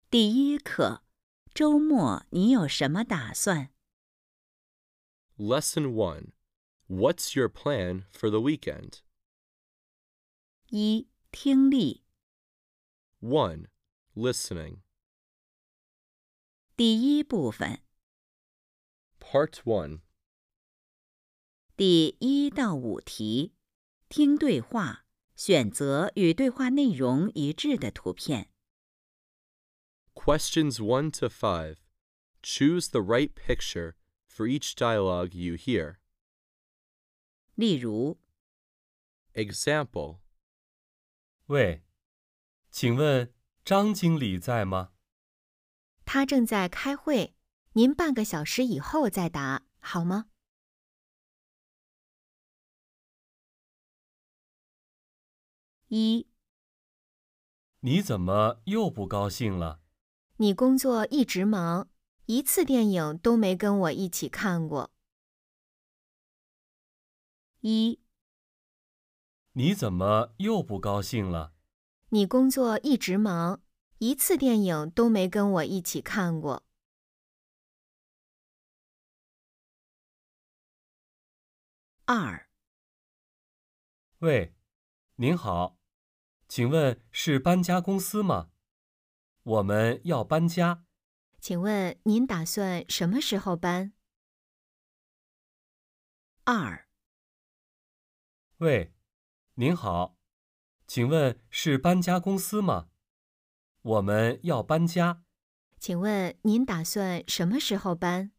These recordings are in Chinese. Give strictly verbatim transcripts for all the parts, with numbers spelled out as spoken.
第一课，周末你有什么打算？ Lesson one. What's your plan for the weekend? 一、听力。 one. Listening. 第一部分， Part one. 第一到五题，听对话，选择与对话内容一致的图片。 Questions one to five. Choose the right picture for each dialogue you hear. 例如， Example. 喂，请问张经理在吗？ 他正在开会，您半个小时以后再答，好吗？ 一、 你怎么又不高兴了？ 你工作一直忙，一次电影都没跟我一起看过。 一、 你怎么又不高兴了？ 你工作一直忙，一次电影都没跟我一起看过。 二、 喂，您好，请问是搬家公司吗？我们要搬家， 请问您打算什么时候搬？ 二、 喂，您好，请问是搬家公司吗？我们要搬家， 请问您打算什么时候搬？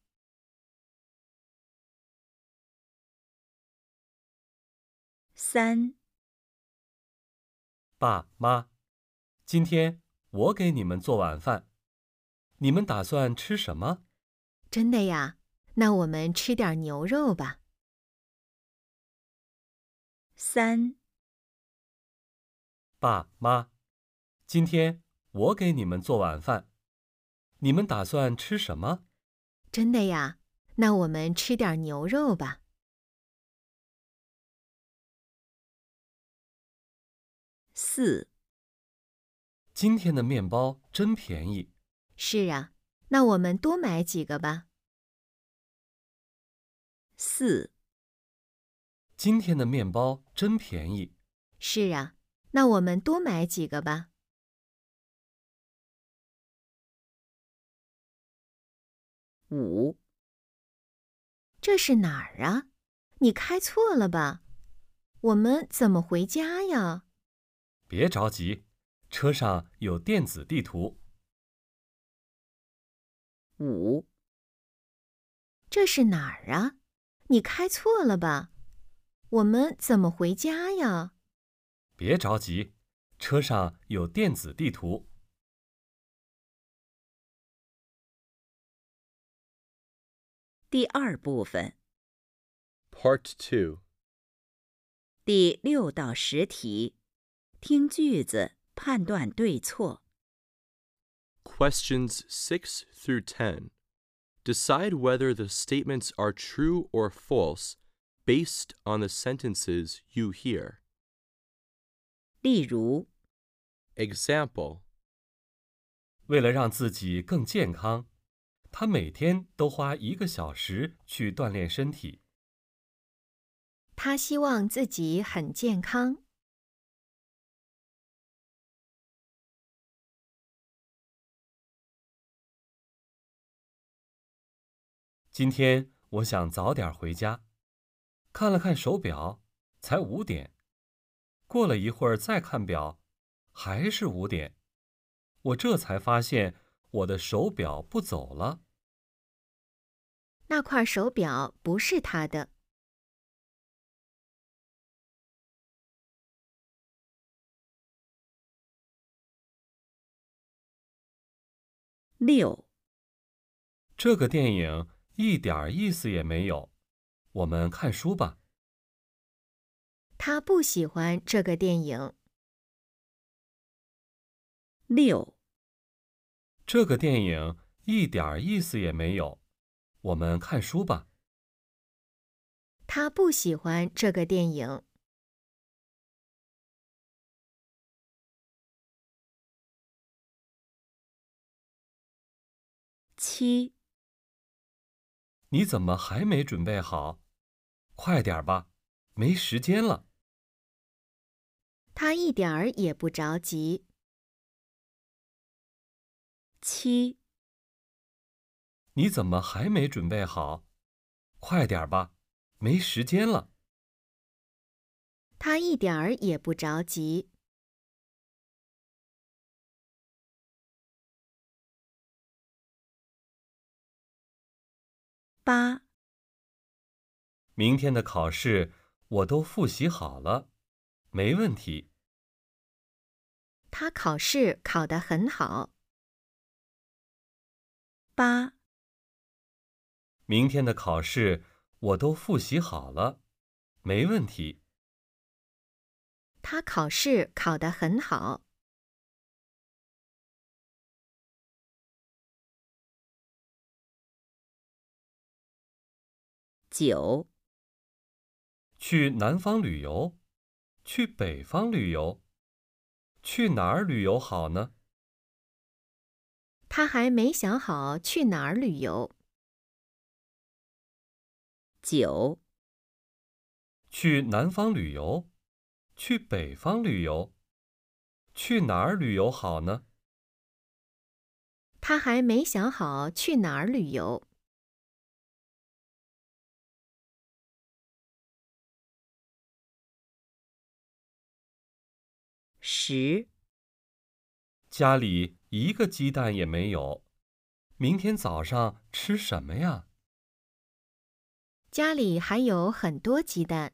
三、 爸妈，今天我给你们做晚饭，你们打算吃什么？ 真的呀？那我们吃点牛肉吧。 三、 爸妈，今天我给你们做晚饭，你们打算吃什么？ 真的呀？那我们吃点牛肉吧。 四、 今天的面包真便宜。 是啊，那我们多买几个吧。 四、 今天的面包真便宜。 是啊，那我们多买几个吧。 五、 这是哪儿啊？你开错了吧？我们怎么回家呀？ 别着急，车上有电子地图。 五、 这是哪儿啊？你开错了吧？我们怎么回家呀？ 别着急，车上有电子地图。 第二部分， Part two. 第六到十题，听句子，判断对错。 Questions six through ten. Decide whether the statements are true or false based on the sentences you hear. 例如， Example. 为了让自己更健康，他每天都花一个小时去锻炼身体。 他希望自己很健康。 今天我想早点回家，看了看手表，才五点。过了一会儿再看表，还是五点。我这才发现我的手表不走了。 那块手表不是他的。 六、 这个电影一点儿意思也没有，我们看书吧。 他不喜欢这个电影。 六、 这个电影一点儿意思也没有，我们看书吧。 他不喜欢这个电影。 七、 你怎么还没准备好？快点吧，没时间了。 他一点儿也不着急。 七、 你怎么还没准备好？快点吧，没时间了。 他一点儿也不着急。 八、 明天的考试我都复习好了，没问题。 他考试考得很好。 八、 明天的考试我都复习好了，没问题。 他考试考得很好。 九、 去南方旅游，去北方旅游，去哪儿旅游好呢？ 他还没想好去哪儿旅游。 九、 去南方旅游，去北方旅游，去哪儿旅游好呢？ 他还没想好去哪儿旅游。 十、 家里一个鸡蛋也没有，明天早上吃什么呀？ 家里还有很多鸡蛋。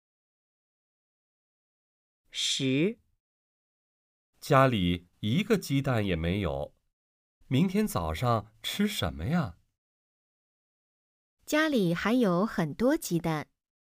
十、 家里一个鸡蛋也没有，明天早上吃什么呀？ 家里还有很多鸡蛋。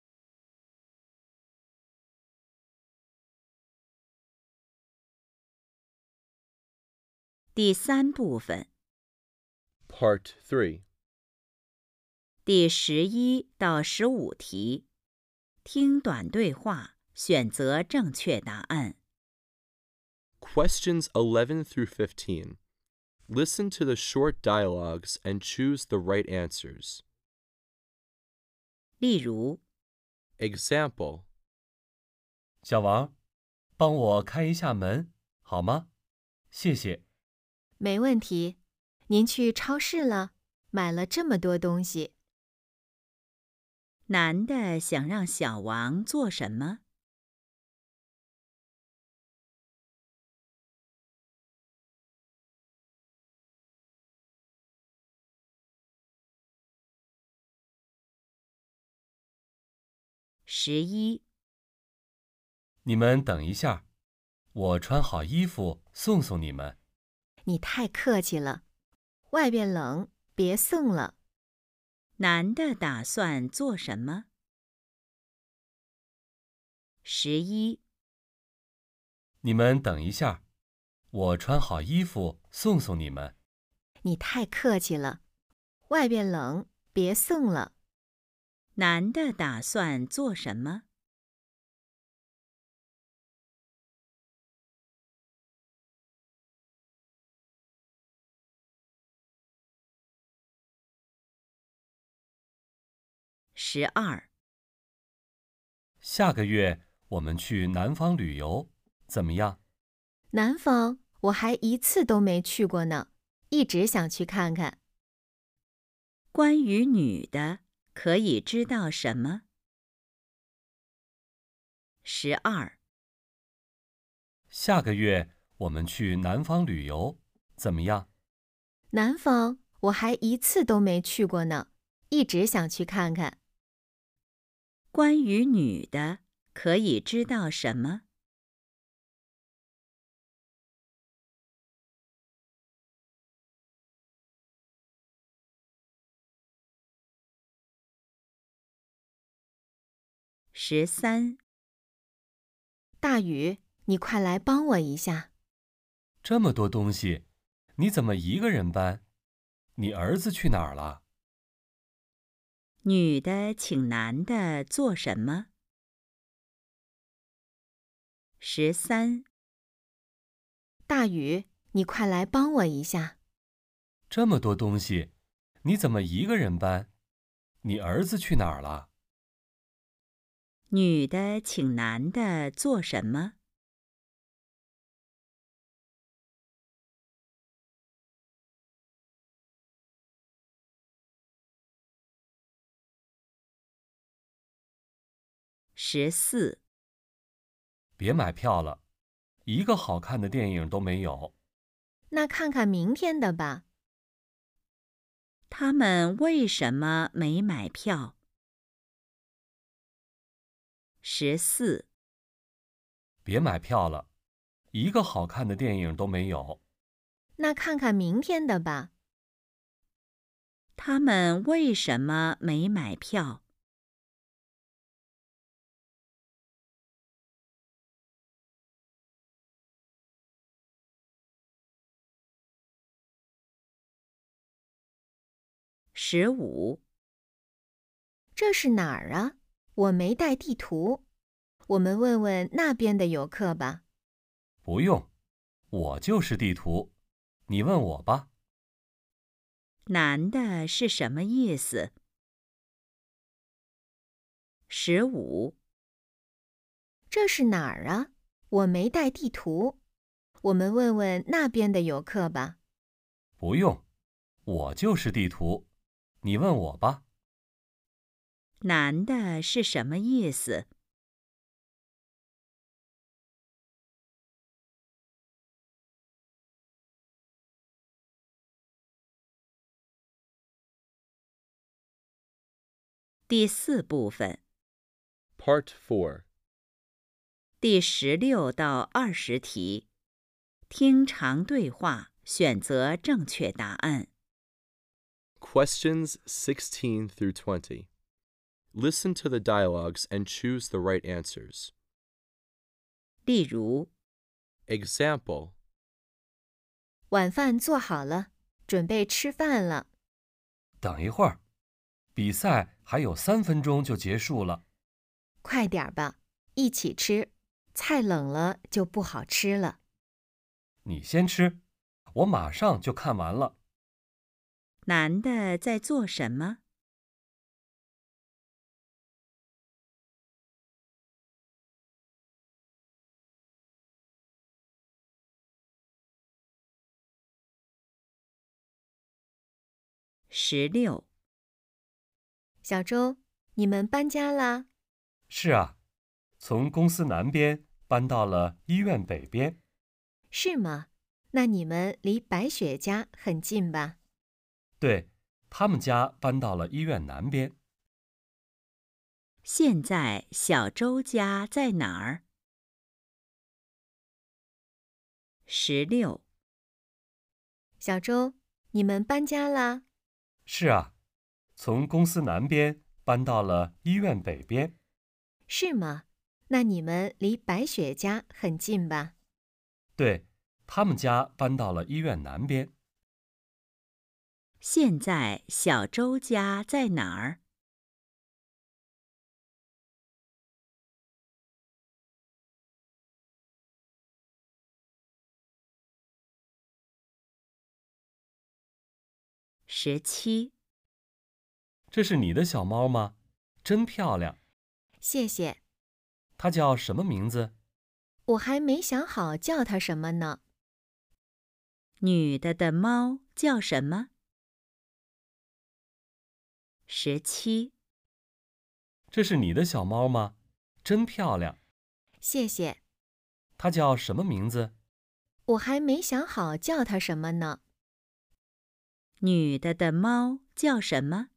第三部分 Part three. 第十一到十五题，听短对话，选择正确答案。 Questions eleven through fifteen. Listen to the short dialogues and choose the right answers. 例如， Example. 小王，帮我开一下门，好吗？谢谢。 没问题。您去超市了，买了这么多东西。 男的想让小王做什么？十一、 你们等一下，我穿好衣服送送你们。 你太客气了，外边冷，别送了。 男的打算做什么？十一、 你们等一下，我穿好衣服送送你们。 你太客气了，外边冷，别送了。 男的打算做什么？十二、 下个月我们去南方旅游，怎么样？ 南方我还一次都没去过呢，一直想去看看。 关于女的，可以知道什么？十二、 下个月我们去南方旅游，怎么样？ 南方我还一次都没去过呢，一直想去看看。 关于女的，可以知道什么？十三、 大宇，你快来帮我一下。 这么多东西，你怎么一个人搬？你儿子去哪儿了？ 女的请男的做什么？十三、 大宇，你快来帮我一下。 这么多东西，你怎么一个人搬？你儿子去哪儿了？ 女的请男的做什么？十四， 别买票了，一个好看的电影都没有。 那看看明天的吧。 他们为什么没买票？十四， 别买票了，一个好看的电影都没有。 那看看明天的吧。 他们为什么没买票？十五， 这是哪儿啊？我没带地图，我们问问那边的游客吧。 不用，我就是地图，你问我吧。 男的是什么意思？十五， 这是哪儿啊？我没带地图，我们问问那边的游客吧。 不用，我就是地图，你问我吧。 男的是什么意思？第四部分， Part four. 第十六到二十题，听长对话，选择正确答案。 Questions sixteen through twenty. Listen to the dialogues and choose the right answers. 例如， Example: 晚饭做好了，准备吃饭了。 等一会儿，比赛还有三分钟就结束了。 快点儿吧，一起吃，菜冷了就不好吃了。 你先吃，我马上就看完了。 男的在做什么？十六， 小周，你们搬家啦？ 是啊，从公司南边搬到了医院北边。 是吗？那你们离白雪家很近吧？ 对，他们家搬到了医院南边。 现在小周家在哪儿？十六， 小周，你们搬家啦？ 是啊，从公司南边搬到了医院北边。 是吗？那你们离白雪家很近吧？ 对，他们家搬到了医院南边。 现在小周家在哪儿？十七， 这是你的小猫吗？真漂亮。 谢谢。 它叫什么名字？ 我还没想好叫它什么呢。 女的的猫叫什么？十七， 这是你的小猫吗？真漂亮。 谢谢。 它叫什么名字？ 我还没想好叫它什么呢。 女的的猫叫什么？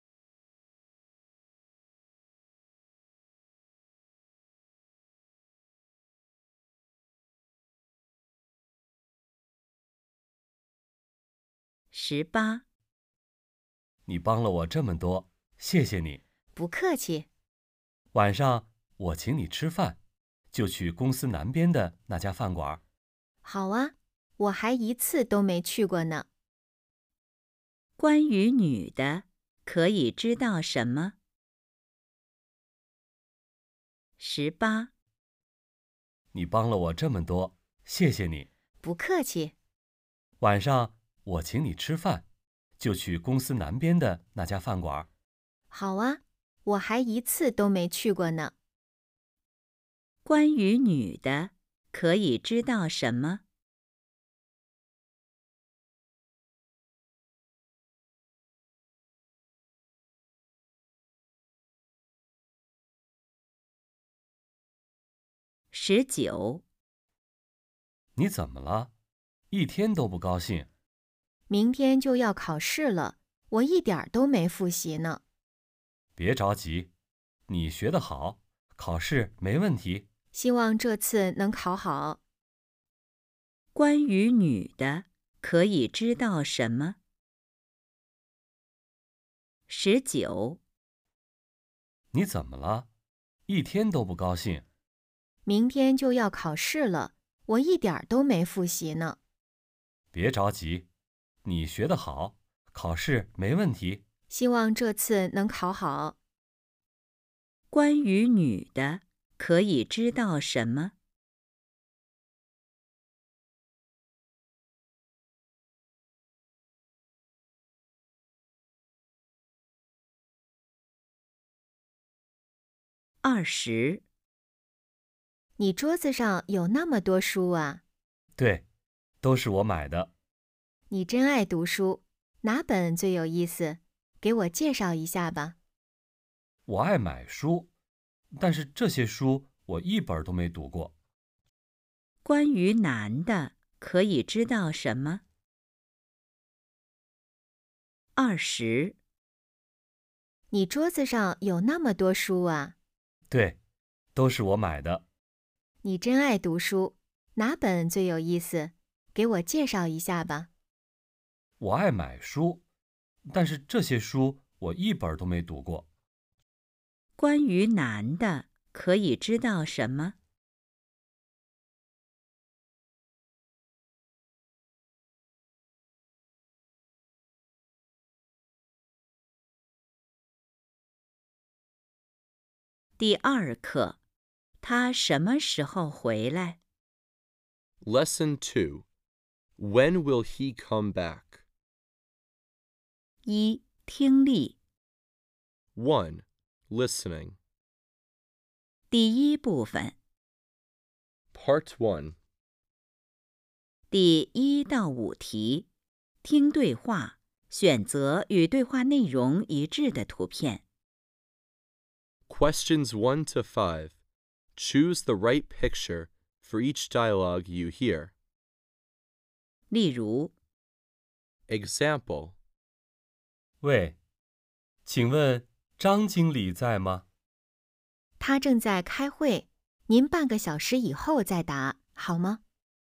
十八， 你帮了我这么多，谢谢你。 不客气。 晚上我请你吃饭，就去公司南边的那家饭馆。 好啊，我还一次都没去过呢。 关于女的，可以知道什么？十八， 你帮了我这么多，谢谢你。 不客气。 晚上我请你吃饭，就去公司南边的那家饭馆。 好啊，我还一次都没去过呢。 关于女的，可以知道什么？十九。 你怎么了？一天都不高兴。 明天就要考试了，我一点儿都没复习呢。 别着急，你学得好，考试没问题。 希望这次能考好。 关于女的，可以知道什么？十九。 你怎么了？一天都不高兴。 明天就要考试了，我一点儿都没复习呢。 别着急，你学得好，考试没问题。 希望这次能考好。 关于女的，可以知道什么？二十。 你桌子上有那么多书啊？ 对，都是我买的。 你真爱读书，哪本最有意思？给我介绍一下吧。 我爱买书，但是这些书我一本都没读过。 关于男的，可以知道什么？二十。 你桌子上有那么多书啊？ 对，都是我买的。 你真爱读书，哪本最有意思？给我介绍一下吧。 我爱买书，但是这些书我一本都没读过。 关于男的，可以知道什么？第二课，他什么时候回来？ Lesson two. When will he come back? 一、听力。 one. Listening. 第一部分， Part one. 第一到五题，听对话，选择与对话内容一致的图片。 Questions one to five. Choose the right picture for each dialogue you hear. 例如， Example. 喂，请问张经理在吗？ 他正在开会，您半个小时以后再答，好吗？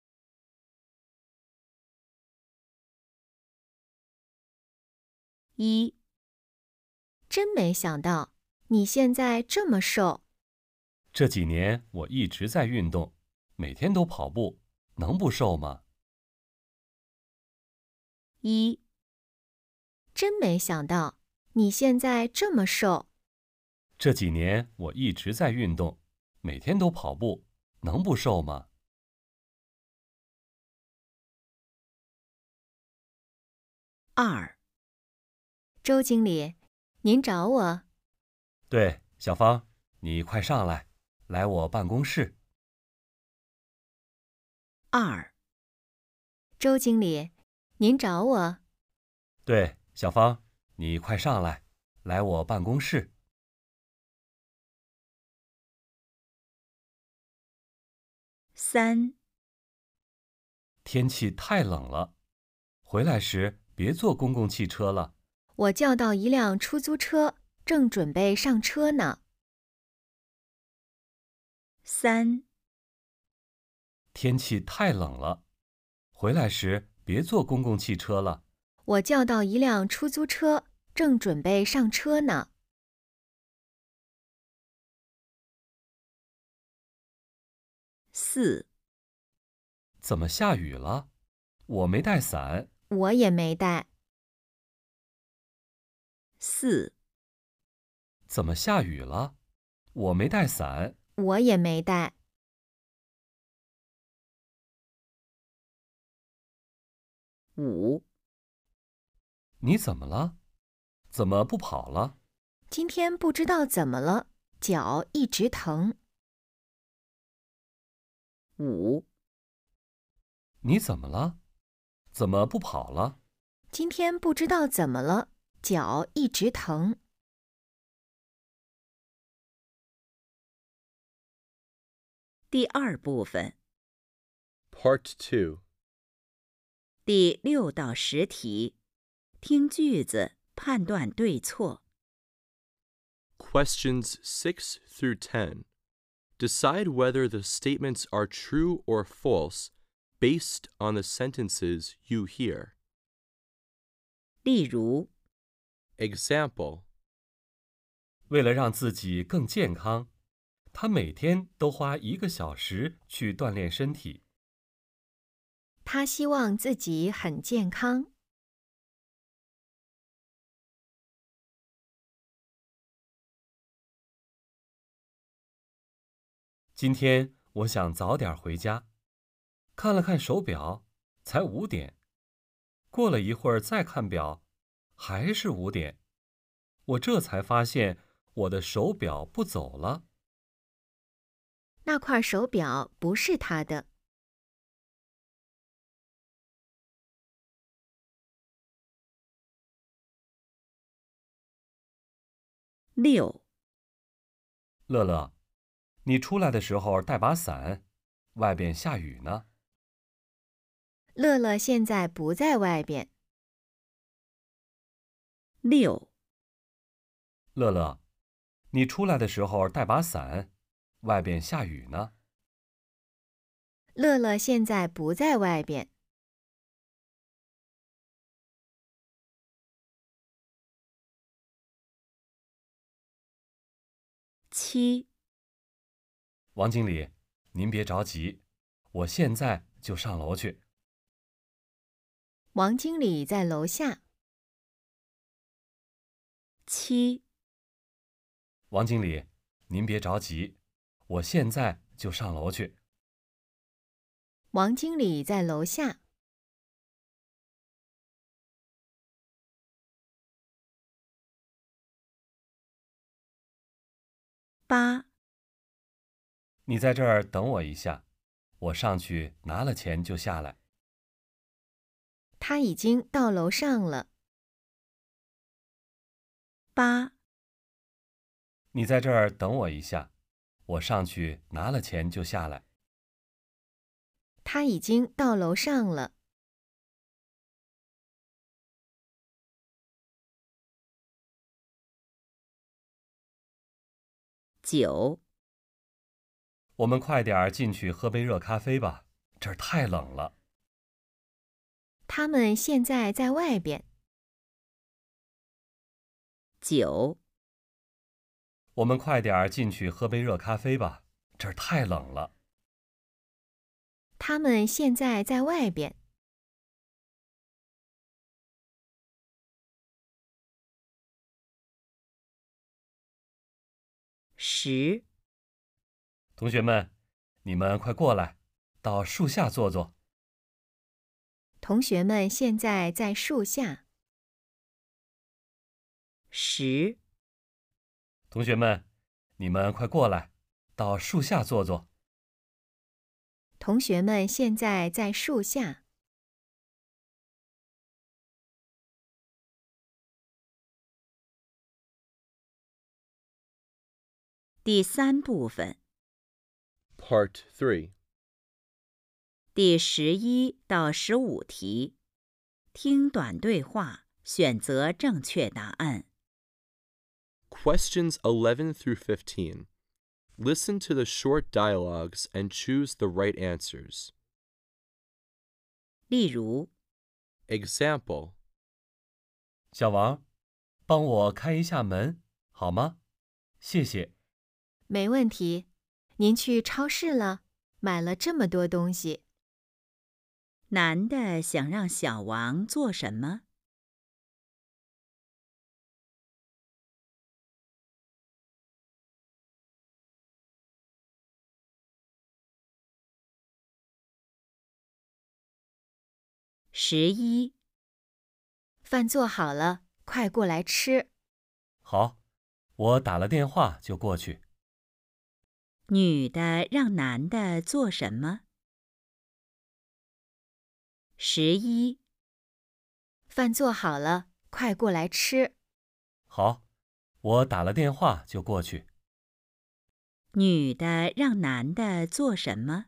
一、 真没想到，你现在这么瘦。 这几年我一直在运动，每天都跑步，能不瘦吗？ 一、 真没想到，你现在这么瘦。 这几年我一直在运动，每天都跑步，能不瘦吗？ 二、 周经理，您找我。 对，小芳，你快上来，来我办公室。 二、 周经理，您找我。 对，小芳，你快上来，来我办公室。 三、 天气太冷了，回来时别坐公共汽车了。 我叫到一辆出租车，正准备上车呢。 三、 天气太冷了，回来时别坐公共汽车了。 我叫到一辆出租车，正准备上车呢。 四、 怎么下雨了？我没带伞。 我也没带。 四、 怎么下雨了？我没带伞。 我也没带。 五、 你怎么了？怎么不跑了？ 今天不知道怎么了，脚一直疼。 五、 你怎么了？怎么不跑了？ 今天不知道怎么了，脚一直疼。 第二部分 Part two. 第六到十题，听句子判断对错。 Questions six through ten. Decide whether the statements are true or false based on the sentences you hear. 例如， Example. 为了让自己更健康，他每天都花一个小时去锻炼身体。 他希望自己很健康。 今天我想早点回家，看了看手表，才五点。过了一会儿再看表，还是五点。我这才发现我的手表不走了。 那块手表不是他的。 六、 乐乐，你出来的时候带把伞，外边下雨呢。 乐乐现在不在外边。 六、 乐乐，你出来的时候带把伞，外边下雨呢。 乐乐现在不在外边。 七、 王经理，您别着急，我现在就上楼去。 王经理在楼下。 七、 王经理，您别着急，我现在就上楼去。 王经理在楼下。 八、 你在这儿等我一下，我上去拿了钱就下来。 他已经到楼上了。 八、 你在这儿等我一下，我上去拿了钱就下来。 他已经到楼上了。 九、 我们快点儿进去喝杯热咖啡吧，这儿太冷了。 他们现在在外边。 九、 我们快点儿进去喝杯热咖啡吧，这儿太冷了。 他们现在在外边。 十、 同学们，你们快过来，到树下坐坐。 同学们现在在树下。 十、 同学们，你们快过来，到树下坐坐。 同学们现在在树下。 第三部分 Part three. 第十一到十五题，听短对话，选择正确答案。 Questions eleven through fifteen. Listen to the short dialogues and choose the right answers. 例如， Example. 小王，帮我开一下门，好吗？谢谢。 没问题。您去超市了，买了这么多东西。 男的想让小王做什么？十一， 饭做好了，快过来吃。 好，我打了电话就过去。 女的让男的做什么？十一， 饭做好了，快过来吃。 好，我打了电话就过去。 女的让男的做什么？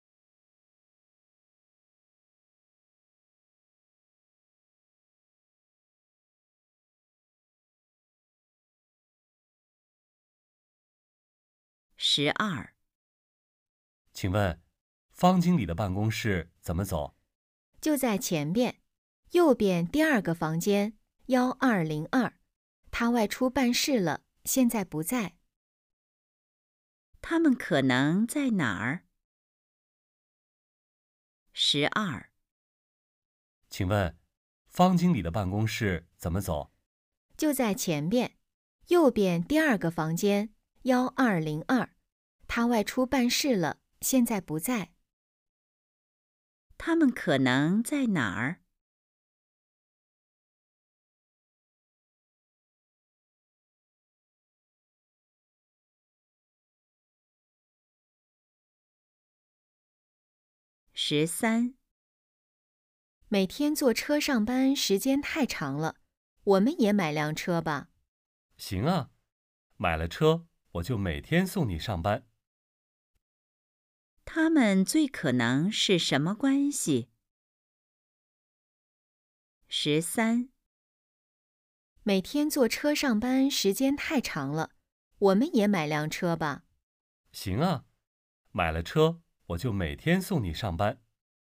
十二， 请问，方经理的办公室怎么走？ 就在前边，右边第二个房间，幺二零二。他外出办事了，现在不在。 他们可能在哪儿？十二， 请问，方经理的办公室怎么走？ 就在前边，右边第二个房间，幺二零二。他外出办事了，现在不在。 他们可能在哪儿？十三， 每天坐车上班时间太长了，我们也买辆车吧。 行啊，买了车我就每天送你上班。 他们最可能是什么关系？十三， 每天坐车上班时间太长了，我们也买辆车吧。 行啊，买了车我就每天送你上班。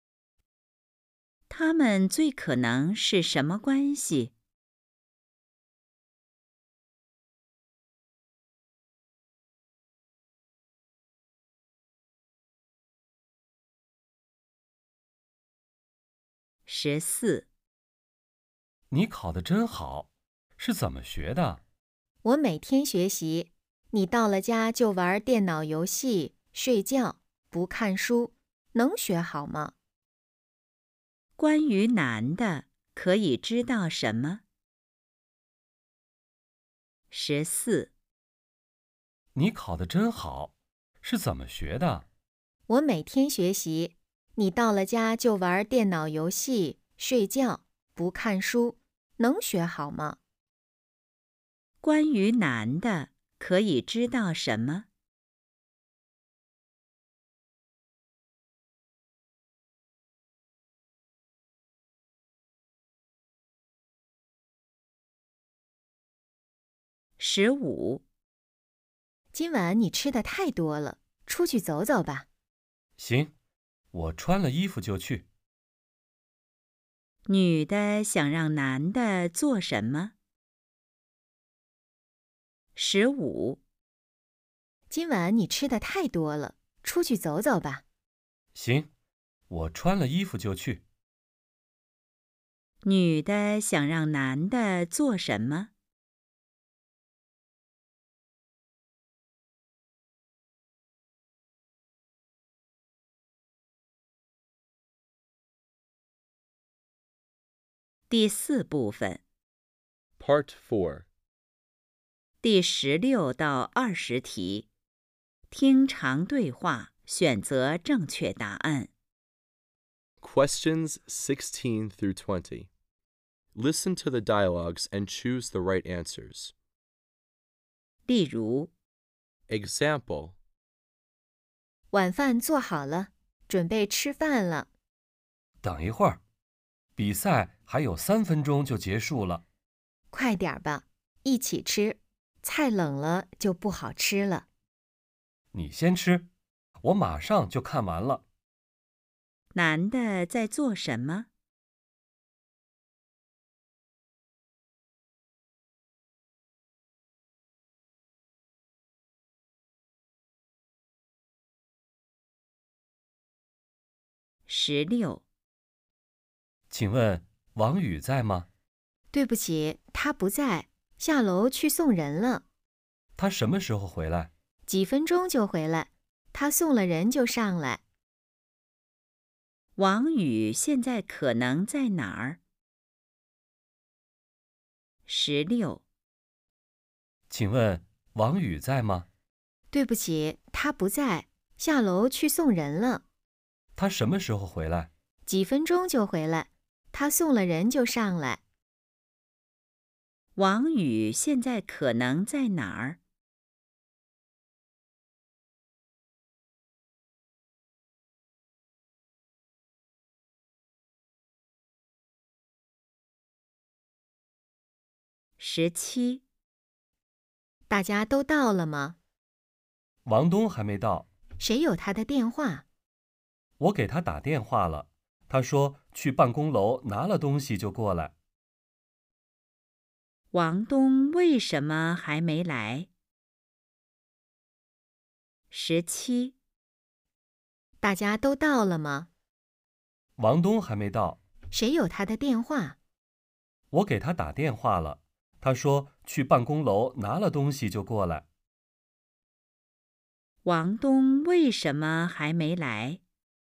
他们最可能是什么关系？十四， 你考得真好，是怎么学的？ 我每天学习，你到了家就玩电脑游戏、睡觉，不看书，能学好吗？ 关于男的，可以知道什么？十四， 你考得真好，是怎么学的？ 我每天学习，你到了家就玩电脑游戏、睡觉，不看书，能学好吗？ 关于男的，可以知道什么？十五， 今晚你吃的太多了，出去走走吧。 行，我穿了衣服就去。 女的想让男的做什么？十五， 今晚你吃的太多了，出去走走吧。 行，我穿了衣服就去。 女的想让男的做什么？第四部分， Part four. 第十六到二十题，听长对话，选择正确答案。 Questions sixteen through twenty. Listen to the dialogues and choose the right answers. 例如， Example: 晚饭做好了，准备吃饭了。 等一会儿，比赛还有三分钟就结束了。 快点吧，一起吃，菜冷了就不好吃了。 你先吃，我马上就看完了。 男的在做什么？十六， 请问王宇在吗？ 对不起，他不在，下楼去送人了。 他什么时候回来？ 几分钟就回来，他送了人就上来。 王宇现在可能在哪儿？ 十六。 请问王宇在吗？ 对不起，他不在，下楼去送人了。 他什么时候回来？ 几分钟就回来，他送了人就上来。 王宇现在可能在哪儿？十七。 大家都到了吗？ 王东还没到。 谁有他的电话？ 我给他打电话了，他说去办公楼拿了东西就过来。 王东为什么还没来？十七。 大家都到了吗？ 王东还没到。 谁有他的电话？ 我给他打电话了，他说去办公楼拿了东西就过来。 王东为什么还没来？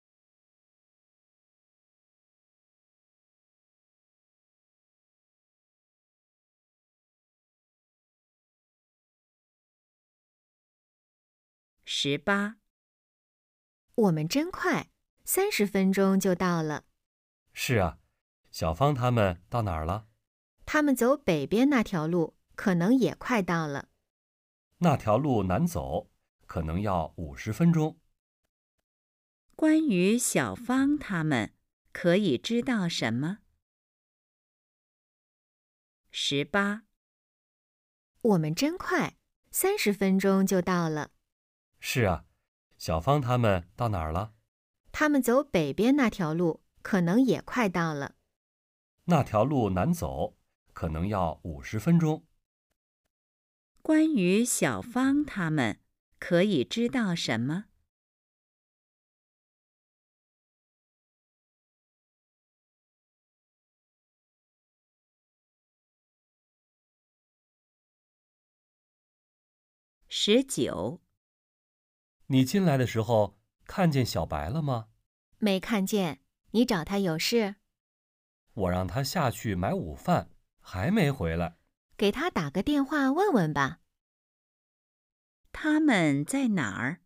十八。 我们真快，三十分钟就到了。 是啊，小芳他们到哪儿了？ 他们走北边那条路，可能也快到了。 那条路难走，可能要五十分钟。 关于小芳他们，可以知道什么？十八。 我们真快，三十分钟就到了。 是啊，小芳他们到哪儿了？ 他们走北边那条路，可能也快到了。 那条路难走，可能要五十分钟。 关于小芳他们，可以知道什么？十九。 你进来的时候看见小白了吗？ 没看见，你找他有事？ 我让他下去买午饭，还没回来。 给他打个电话问问吧。 他们在哪儿？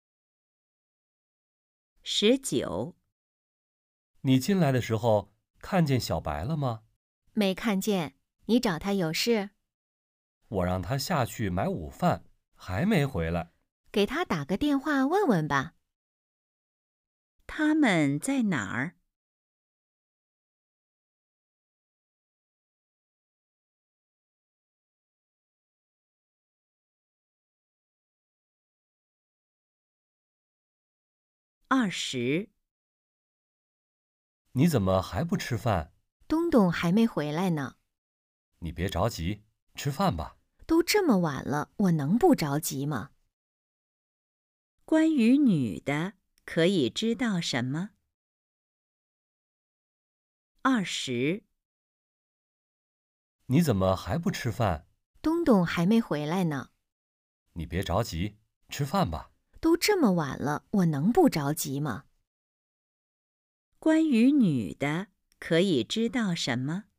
十九。 你进来的时候看见小白了吗？ 没看见，你找他有事？ 我让他下去买午饭，还没回来。 给他打个电话问问吧。 他们在哪儿？二十。 你怎么还不吃饭？ 东东还没回来呢。 你别着急，吃饭吧。 都这么晚了，我能不着急吗？ 关于女的，可以知道什么？二十。 你怎么还不吃饭？ 东东还没回来呢。 你别着急，吃饭吧。 都这么晚了，我能不着急吗？ 关于女的，可以知道什么？